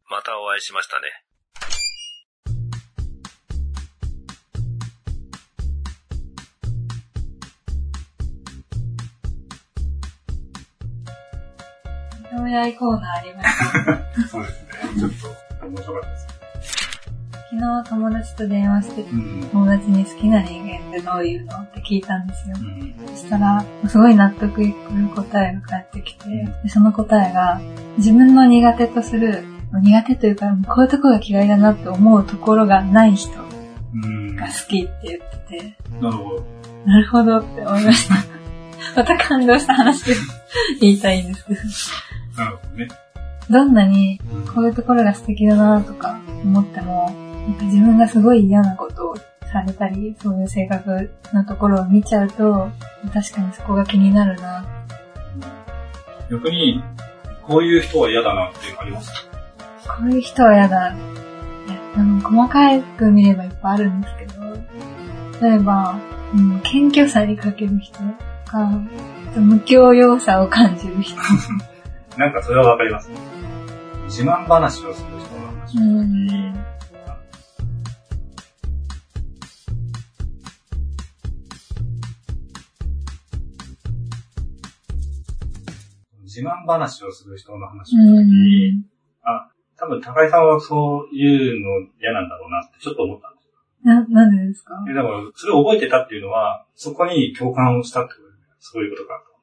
またお会いしましたね。 認め合いコーナーありました。 そうですね。ちょっと面白かったです。 昨日友達と電話して、友達に好きな人間ってどういうのって聞いたんですよ。そしたら、すごい納得いく答えが返ってきて、でその答えが、自分の苦手とする、苦手というか、こういうところが嫌いだなって思うところがない人が好きって言ってて、 なるほど。 なるほどって思いました。また感動した話を言いたいんですけど。 なるほどね。 どんなにこういうところが素敵だなとか思っても、なんか自分がすごい嫌なことをされたり、そういう性格のところを見ちゃうと、確かにそこが気になるな。 逆に、こういう人は嫌だなっていうのありますか？ こういう人は嫌だ。細かく見ればいっぱいあるんですけど、例えば、謙虚さに欠ける人とか、無教養さを感じる人。 なんかそれはわかります。自慢話をする人の話をしたり、自慢話をする人の話をしたり、多分高井さんはそういうの嫌なんだろうなってちょっと思ったんですよ。 なんでですか？ だから、それを覚えてたっていうのは、そこに共感をしたってことです。そういうことかと。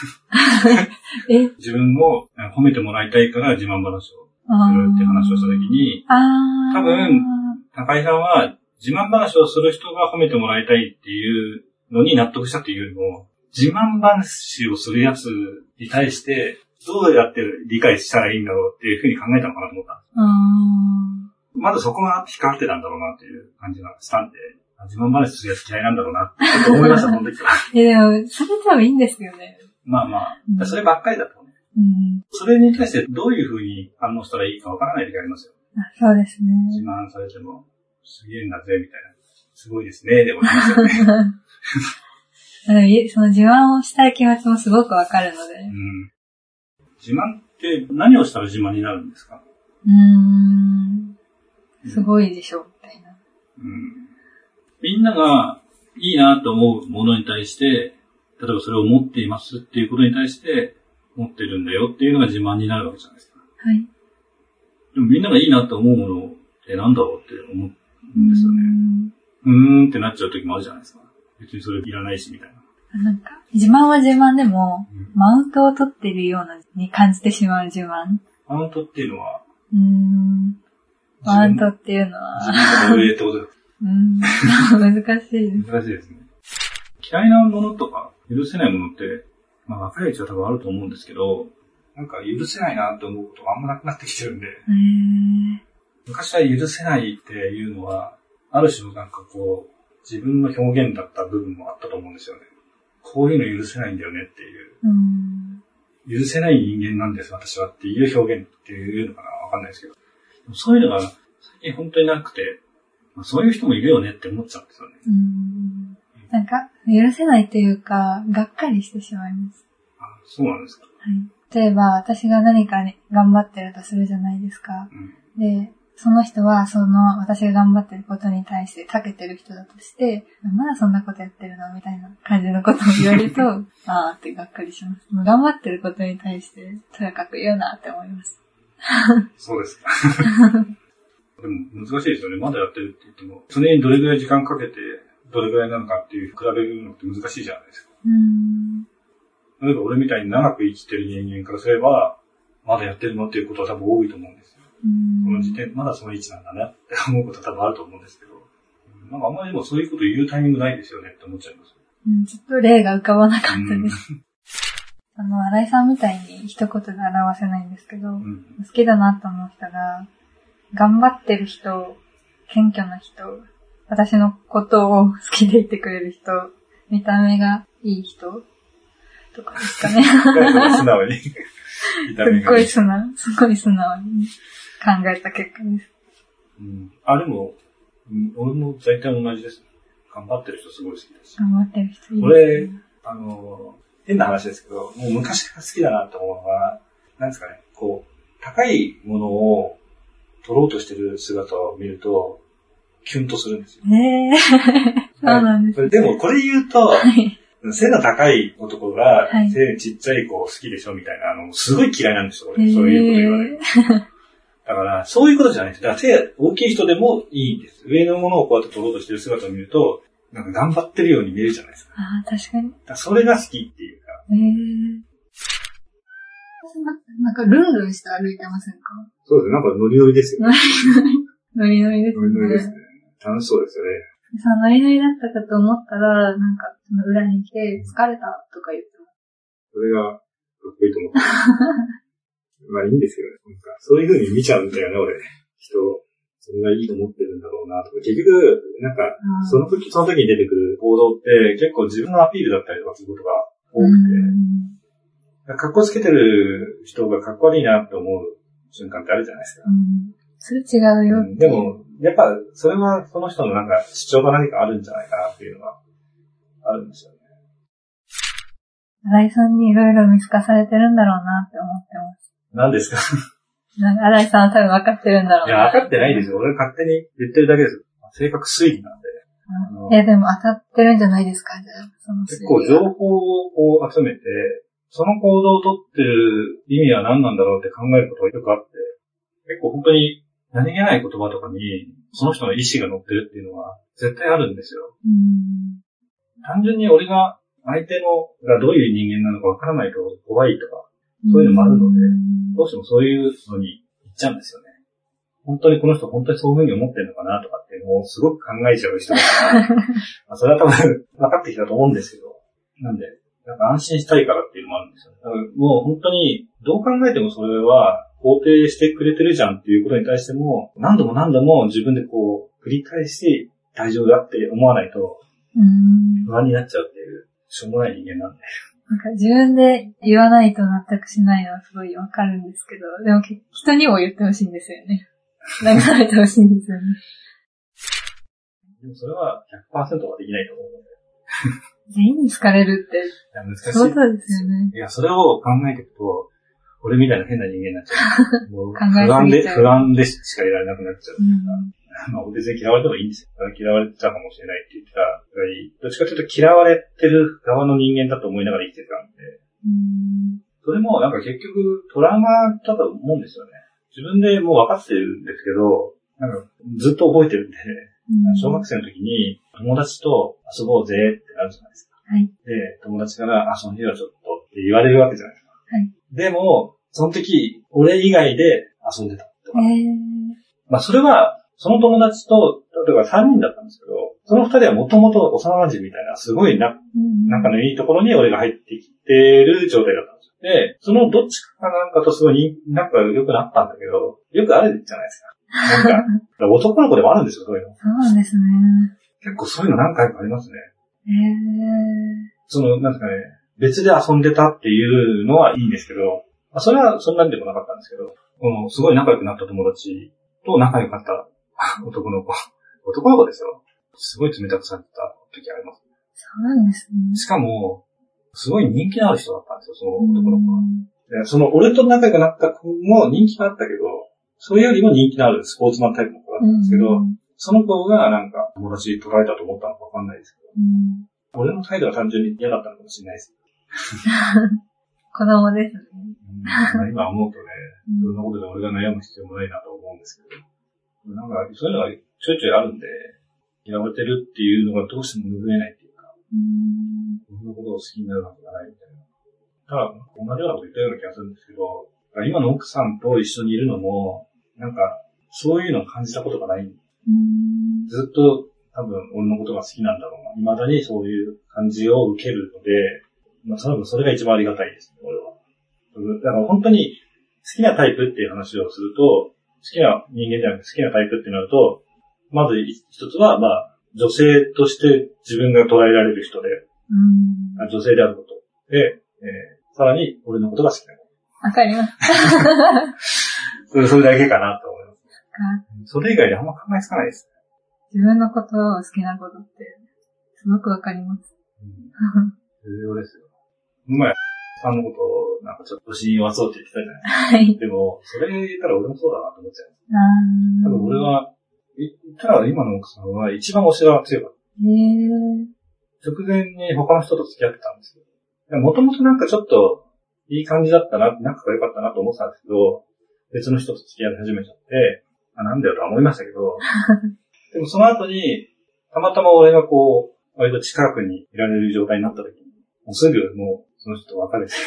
自分も褒めてもらいたいから自慢話をするって話をしたときに、多分、高井さんは自慢話をする人が褒めてもらいたいっていうのに納得したっていうよりも、自慢話をするやつに対して、どうやって理解したらいいんだろうっていうふうに考えたのかなと思ったんです。まずそこが光ってたんだろうなっていう感じがしたんで、自慢話するやつ嫌いなんだろうなって思いました、その時は。 でも、それでもいいんですよね。 まあ、そればっかりだとね。それに対してどういうふうに反応したらいいかわからない時ありますよ。 そうですね。 自慢されても、すげえんだぜ、みたいな。すごいですね、でもありますよね。 その自慢をしたい気持ちもすごくわかるので。 自慢って何をしたら自慢になるんですか？ すごいでしょ、みたいな。 みんながいいなと思うものに対して、例えばそれを持っていますっていうことに対して、持ってるんだよっていうのが自慢になるわけじゃないですか。 はい。 でもみんながいいなと思うものってなんだろうって思うんですよね。ってなっちゃう時もあるじゃないですか。別にそれいらないし、みたいな。 なんか、自慢は自慢でも、マウントを取っているようなに感じてしまう自慢。 マウントっていうのはマウントっていうのは自分の上ってことです。 難しいです。 難しいですね。嫌いなものとか、許せないものって、若いうちは多分あると思うんですけど、なんか許せないなって思うことがあんまなくなってきてるんで、昔は許せないっていうのは、ある種のなんかこう、自分の表現だった部分もあったと思うんですよね。こういうの許せないんだよねっていう。許せない人間なんです、私はっていう表現っていうのかなわかんないですけど。そういうのが最近本当になくて、そういう人もいるよねって思っちゃうんですよね。 なんか、許せないというか、がっかりしてしまいます。 そうなんですか。 はい。例えば、私が何かに頑張ってるとするじゃないですか。で、その人は、私が頑張ってることに対して長けてる人だとして、まだそんなことやってるのみたいな感じのことを言われると、あーってがっかりします。頑張ってることに対して、とやかく言うなって思います。 そうですか。でも難しいですよね。まだやってるって言っても、常にどれぐらい時間かけて、どれぐらいなのかっていう比べるのって難しいじゃないですか。例えば俺みたいに長く生きてる人間からすれば、まだやってるのっていうことは多分多いと思うんですよ。この時点、まだその位置なんだなって思うことは多分あると思うんですけど、なんかあんまりでもそういうこと言うタイミングないですよねって思っちゃいます。 ちょっと例が浮かばなかったです。新井さんみたいに一言で表せないんですけど、好きだなと思う人が、頑張ってる人、謙虚な人、私のことを好きでいてくれる人、見た目がいい人とかですかね。 素直に。 すっごい素直に考えた結果です。 でも、俺も大体同じです。頑張ってる人すごい好きです。 頑張ってる人いい。 俺、変な話ですけど、もう昔から好きだなと思うのは、なんですかね、こう、高いものを撮ろうとしてる姿を見ると、キュンとするんですよ。 そうなんです、 ね。でもこれ言うと、はい、背の高い男が、背ちっちゃい子好きでしょみたいな、すごい嫌いなんですよ、俺。そういうこと言われる。だから、そういうことじゃないです。だから背大きい人でもいいんです。上のものをこうやって撮ろうとしてる姿を見ると、なんか頑張ってるように見えるじゃないですか。 ああ、確かに。 それが好きっていうか。 なんかルンルンして歩いてませんか？ そうですね。なんかノリノリですよね。 ノリノリですね。 ノリノリですね。楽しそうですよね。 ノリノリだったかと思ったら、なんかその裏に来て疲れたとか言ってます。 それがかっこいいと思って。まあいいんですよね。なんかそういう風に見ちゃうんだよね、俺。人、そんないいと思ってるんだろうなとか。結局、なんか、その時に出てくる行動って結構自分のアピールだったりとかすることが多くて、かっこつけてる人がかっこ悪いなって思う瞬間ってあるじゃないですか。 それ違うよ、 でも、やっぱ、それはその人のなんか主張が何かあるんじゃないかなっていうのがあるんですよね。 新井さんにいろいろ見透かされてるんだろうなって思ってます。 何ですか？ 新井さんは多分分かってるんだろうな。 いや、分かってないですよ。俺勝手に言ってるだけです。性格推理なんで。 いや、でも当たってるんじゃないですか、じゃあ。 結構情報をこう集めて、その行動をとってる意味は何なんだろうって考えることがよくあって、結構本当に何気ない言葉とかに、その人の意思が乗ってるっていうのは絶対あるんですよ。単純に俺が相手のがどういう人間なのかわからないと怖いとか、そういうのもあるので、どうしてもそういうのに行っちゃうんですよね。本当にこの人本当にそういう風に思ってるのかなとかっていうのをすごく考えちゃう人だから、それは多分分かってきたと思うんですけど、なんで、なんか安心したいからっていうのもあるんですよね。だからもう本当にどう考えてもそれは肯定してくれてるじゃんっていうことに対しても、何度も自分でこう繰り返して大丈夫だって思わないと不安になっちゃうっていうしょうもない人間なんで。 なんか自分で言わないと納得しないのはすごいわかるんですけど、でも人にも言ってほしいんですよね。慰めてほしいんですよね。 でもそれは 100% はできないと思うので。 全員に好かれるって。 いや、難しい。 そうですよね。 いや、それを考えていくと、俺みたいな変な人間になっちゃう。もう不安でしかいられなくなっちゃう。別に嫌われてもいいんですよ。嫌われてたかもしれないって言ってたぐらい、どっちかというと嫌われてる側の人間だと思いながら生きてたんで。それもなんか結局トラウマだと思うんですよね。自分でもう分かってるんですけど、なんかずっと覚えてるんで、小学生の時に友達と遊ぼうぜってなるじゃないですか。 はい、 で、友達から、その日はちょっとって言われるわけじゃないですか。 はい、 でも、その時、俺以外で遊んでたとか。まあそれは、その友達と、例えば3人だったんですけど、その2人はもともと幼馴染みたいな、すごい仲のいいところに俺が入ってきてる状態だったんですよ。で、そのどっちかなんかとすごい仲が良くなったんだけど、よくあるじゃないですか。なんか、男の子でもあるんですよ、そういうの。 そうですね。 結構そういうの何回かありますね。なんですかね、別で遊んでたっていうのはいいんですけど、それはそんなにでもなかったんですけど、すごい仲良くなった友達と仲良かった男の子ですよ。すごい冷たくされてた時あります。 そうなんですね。 しかも、すごい人気のある人だったんですよ、その男の子は。で俺と仲良くなった子も人気があったけど、それよりも人気のあるスポーツマンタイプの子だったんですけど、その子がなんか友達取られたと思ったのかわかんないですけど、俺の態度は単純に嫌だったのかもしれないです。 子供ですね。 今思うとね、そんなことで俺が悩む必要もないなと思うんですけど、なんかそういうのがちょいちょいあるんで、嫌われてるっていうのがどうしても拭えないっていうか、僕のことを好きになるわけがないみたいな。ただ、同じようなこと言ったような気がするんですけど、今の奥さんと一緒にいるのも、なんか、そういうのを感じたことがない。ずっと多分俺のことが好きなんだろうな。未だにそういう感じを受けるので、多分それが一番ありがたいですね、俺は。だから本当に好きなタイプっていう話をすると、好きな人間じゃなくて好きなタイプってなると、まず一つは、女性として自分が捉えられる人で、女性であること。で、さらに俺のことが好きなこと。 わかります。 それだけかなと思います。それ以外であんま考えつかないです。 自分のことを好きなことって、すごくわかります。 重要ですよ。うまい。 さんのことをなんかちょっと信用わそうって言ってたじゃないですか。はい。でも、それ言ったら俺もそうだなと思っちゃう。多分俺は、言ったら今の奥さんは一番推しが強かった。直前に他の人と付き合ってたんですよ。もともとなんかちょっといい感じだったな、仲が良かったなと思ってたんですけど、別の人と付き合い始めちゃって、なんだよとは思いましたけど、でもその後に、たまたま俺がこう、割と近くにいられる状態になった時に、もうすぐもうその人と別れて、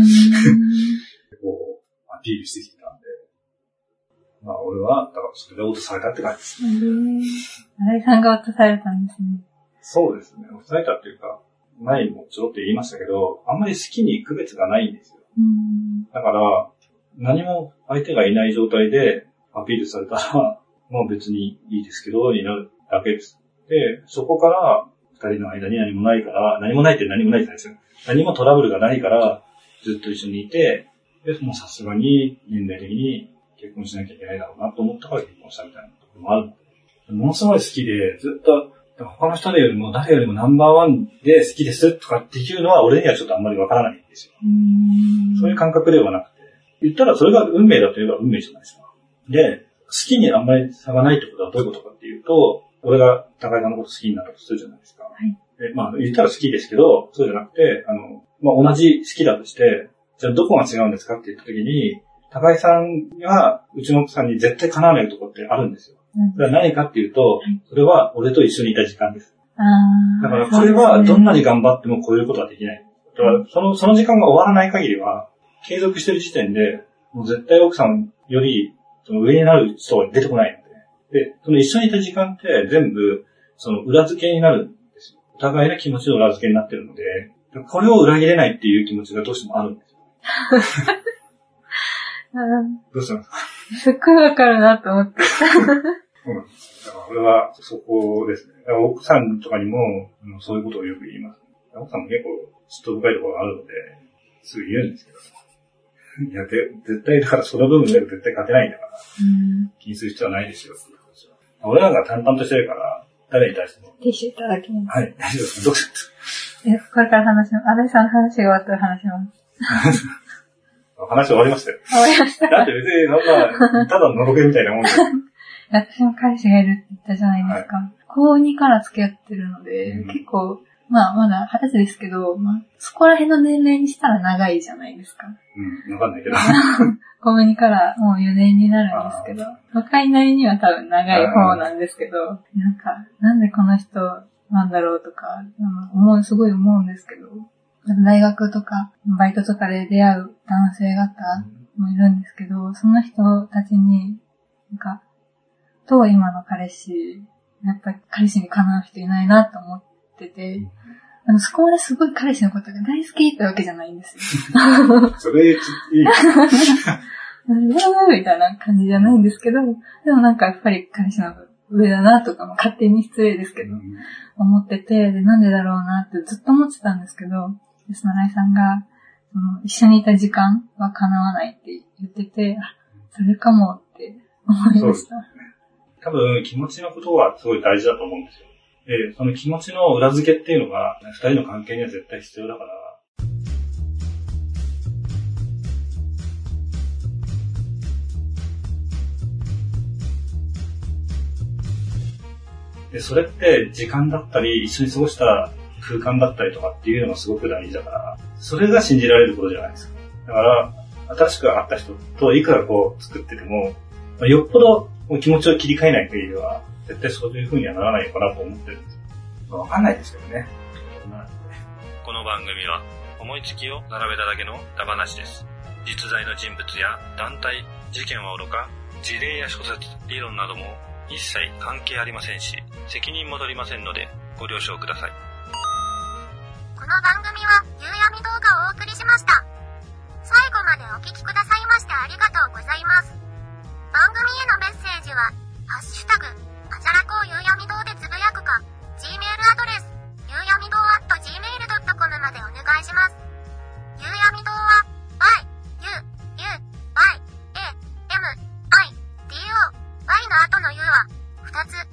こう、アピールしてきてたんで、まあ俺は、だからそれで落とされたって感じです。 新井さんが落とされたんですね。 そうですね。落とされたっていうか、前にもちょろっと言いましたけど、あんまり好きに区別がないんですよ。だから、何も相手がいない状態でアピールされたら、もう別にいいですけど、になるだけです。で、そこから二人の間に何もないから、何もないって何もないじゃないですよ。何もトラブルがないから、ずっと一緒にいて、で、もうさすがに年齢的に結婚しなきゃいけないだろうなと思ったから結婚したみたいなところもあるので、ものすごい好きで、ずっと他の人よりも誰よりもナンバーワンで好きですとかっていうのは俺にはちょっとあんまりわからないんですよ。そういう感覚ではなくて、言ったらそれが運命だといえば運命じゃないですか。で、好きにあんまり差がないってことはどういうことかっていうと、俺が高井さんのこと好きになったとするじゃないですか。はい。で、まあ言ったら好きですけど、そうじゃなくて、まあ同じ好きだとして、じゃあどこが違うんですかって言った時に、高井さんがうちの奥さんに絶対叶わないところってあるんですよ。それは何かっていうと、それは俺と一緒にいた時間です。だからこれはどんなに頑張っても超えることはできない。だからその時間が終わらない限りは、継続してる時点で、もう絶対奥さんよりその上になる人は出てこないので。で、その一緒にいた時間って全部その裏付けになるんですよ。お互いの気持ちの裏付けになってるので、これを裏切れないっていう気持ちがどうしてもあるんですよ。どうしたんですか？ すっごいわかるなと思って。 だから俺はそこですね。奥さんとかにもそういうことをよく言います。奥さんも結構嫉妬深いところがあるので、すぐ言うんですけど。いや、絶対、だからその部分で絶対勝てないんだから、気にする必要はないですよ、っていう話は。俺なんか淡々としてるから、誰に対しても。 ティッシュいただきます。 はい、大丈夫です。どうぞ。 これから話します。新井さんの話が終わったら話します。 話終わりましたよ。 終わりました。 だって別に、ただののろけみたいなもんですよ。 私も彼氏がいるって言ったじゃないですか。はい、高2から付き合ってるので、結構、まあ、まだ20歳ですけど、まあ、そこら辺の年齢にしたら長いじゃないですか。 わかんないけど。 高2からもう4年になるんですけど、若いなりには多分長い方なんですけど、なんでこの人なんだろうとか、すごい思うんですけど、大学とか、バイトとかで出会う男性方もいるんですけど、その人たちに、今の彼氏、やっぱり彼氏にかなう人いないなと思ってて、そこまですごい彼氏のことが大好きってわけじゃないんですよ。 それ、いい。 みたいな感じじゃないんですけど、でもやっぱり彼氏の上だなとか、勝手に失礼ですけど、思ってて、で、なんでだろうなってずっと思ってたんですけど、その新井さんが、一緒にいた時間は叶わないって言ってて、それかもって思いました。 多分気持ちのことはすごい大事だと思うんですよ。で、その気持ちの裏付けっていうのが、二人の関係には絶対必要だから。で、それって時間だったり、一緒に過ごした空間だったりとかっていうのがすごく大事だから、それが信じられることじゃないですか。だから、新しく会った人といくら作ってても、よっぽど気持ちを切り替えない限りは、絶対そういう風にはならないのかなと思ってるんですよ。わかんないですけどね。 この番組は思いつきを並べただけのダ話です。実在の人物や団体、事件はおろか、事例や諸説、理論なども一切関係ありませんし、責任も取りませんのでご了承ください。 この番組は夕闇動画をお送りしました。最後までお聞きくださいましてありがとうございます。番組へのメッセージは、ハッシュタグ、あじゃらこう夕闇堂でつぶやくか、Gmail アドレス、夕闇堂@gmail.com までお願いします。夕闇堂は、Yの後の U は、2つ、